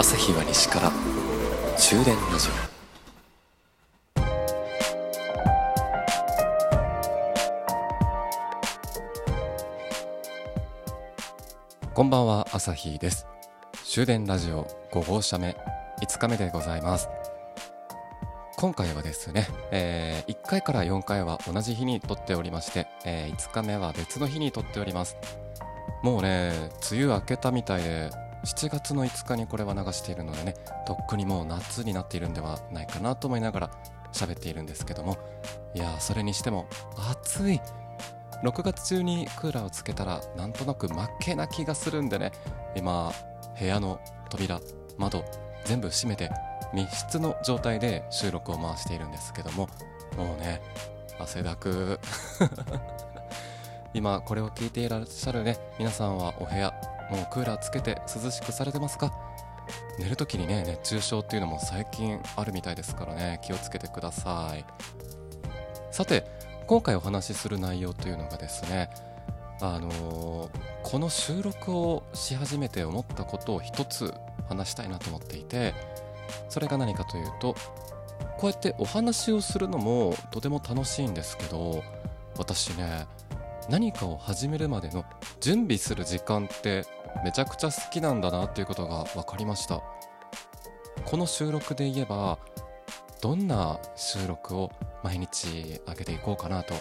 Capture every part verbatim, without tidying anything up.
朝日は西から終電ラジオ。こんばんは、朝日です。終電ラジオご号車目、いつかめでございます。今回はですね、えー、いっかいからよんかいは同じ日に撮っておりまして、えー、いつかめは別の日に撮っております。もうね、梅雨明けたみたいで、しちがつのいつかにこれは流しているのでね、とっくにもう夏になっているんではないかなと思いながら喋っているんですけども、いやー、それにしても暑い。ろくがつ中にクーラーをつけたらなんとなく負けな気がするんでね、今部屋の扉、窓全部閉めて密室の状態で収録を回しているんですけども、もうね、汗だく今これを聞いていらっしゃるね皆さんはお部屋もうクーラーつけて涼しくされてますか？寝るときにね、熱中症っていうのも最近あるみたいですからね、気をつけてください。さて、今回お話しする内容というのがですね、あのー、この収録をし始めて思ったことを一つ話したいなと思っていて、それが何かというと、こうやってお話をするのもとても楽しいんですけど、私ね、何かを始めるまでの準備する時間ってめちゃくちゃ好きなんだなっていうことが分かりました。この収録で言えば、どんな収録を毎日上げていこうかなと、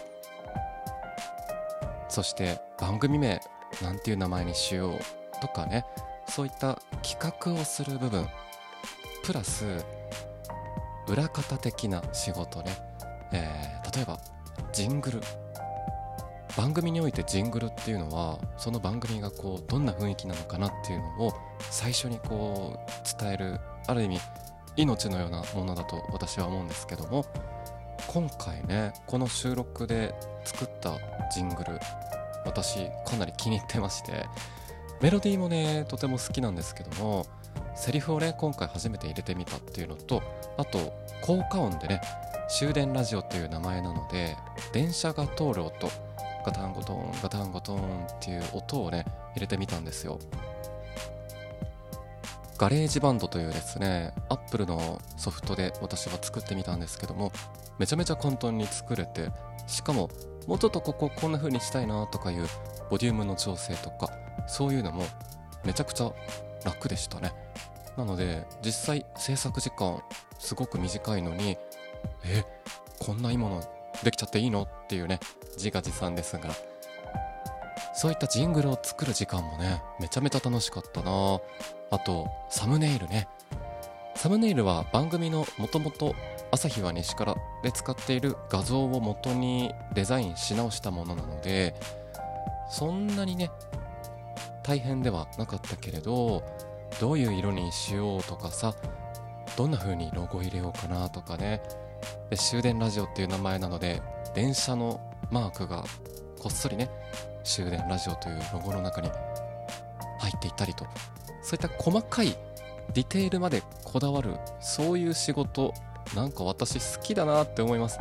そして番組名なんていう名前にしようとかね、そういった企画をする部分プラス裏方的な仕事ね、えー、例えばジングル、番組においてジングルっていうのはその番組がこうどんな雰囲気なのかなっていうのを最初にこう伝える、ある意味命のようなものだと私は思うんですけども、今回ね、この収録で作ったジングル、私かなり気に入ってまして、メロディーもねとても好きなんですけども、セリフをね今回初めて入れてみたっていうのと、あと効果音でね、終電ラジオっていう名前なので電車が通る音、ガタンゴトンガタンゴトンっていう音をね入れてみたんですよ。ガレージバンドというですね、アップルのソフトで私は作ってみたんですけども、めちゃめちゃ簡単に作れて、しかももうちょっとこここんな風にしたいなとかいうボリュームの調整とかそういうのもめちゃくちゃ楽でしたね。なので実際制作時間すごく短いのに、えこんないいものできちゃっていいのっていうね、自画自賛ですが、そういったジングルを作る時間もねめちゃめちゃ楽しかったな。あとサムネイルね、サムネイルは番組のもともと朝日は西からで使っている画像を元にデザインし直したものなので、そんなにね大変ではなかったけれど、どういう色にしようとかさ、どんな風にロゴ入れようかなとかね、で終電ラジオっていう名前なので電車のマークがこっそりね終電ラジオというロゴの中に入っていたりと、そういった細かいディテールまでこだわる、そういう仕事なんか私好きだなって思います。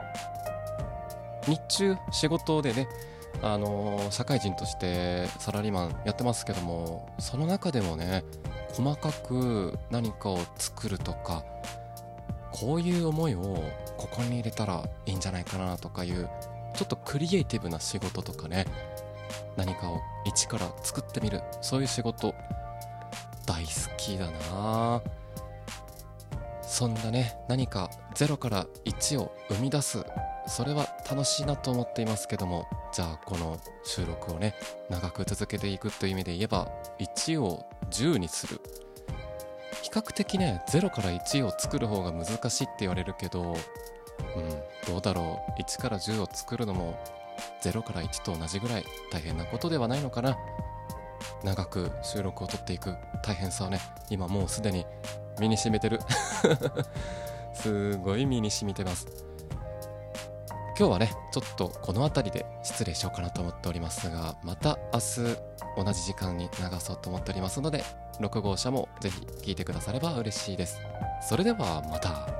日中仕事でね、あのー、社会人としてサラリーマンやってますけども、その中でもね細かく何かを作るとか、こういう思いをここに入れたらいいんじゃないかなとかいうちょっとクリエイティブな仕事とかね、何かを一から作ってみる、そういう仕事大好きだな。そんなね、何かゼロからいちを生み出す、それは楽しいなと思っていますけども、じゃあこの収録をね長く続けていくという意味で言えば、いちをじゅうにする、比較的ねゼロからいちを作る方が難しいって言われるけど、うん、どうだろう、いちからじゅうを作るのもゼロからいちと同じぐらい大変なことではないのかな。長く収録を撮っていく大変さはね、今もうすでに身に染みてるすごい身に染みてます。今日はねちょっとこの辺りで失礼しようかなと思っておりますが、また明日同じ時間に流そうと思っておりますので、ろく号車もぜひ聞いてくだされば嬉しいです。それではまた。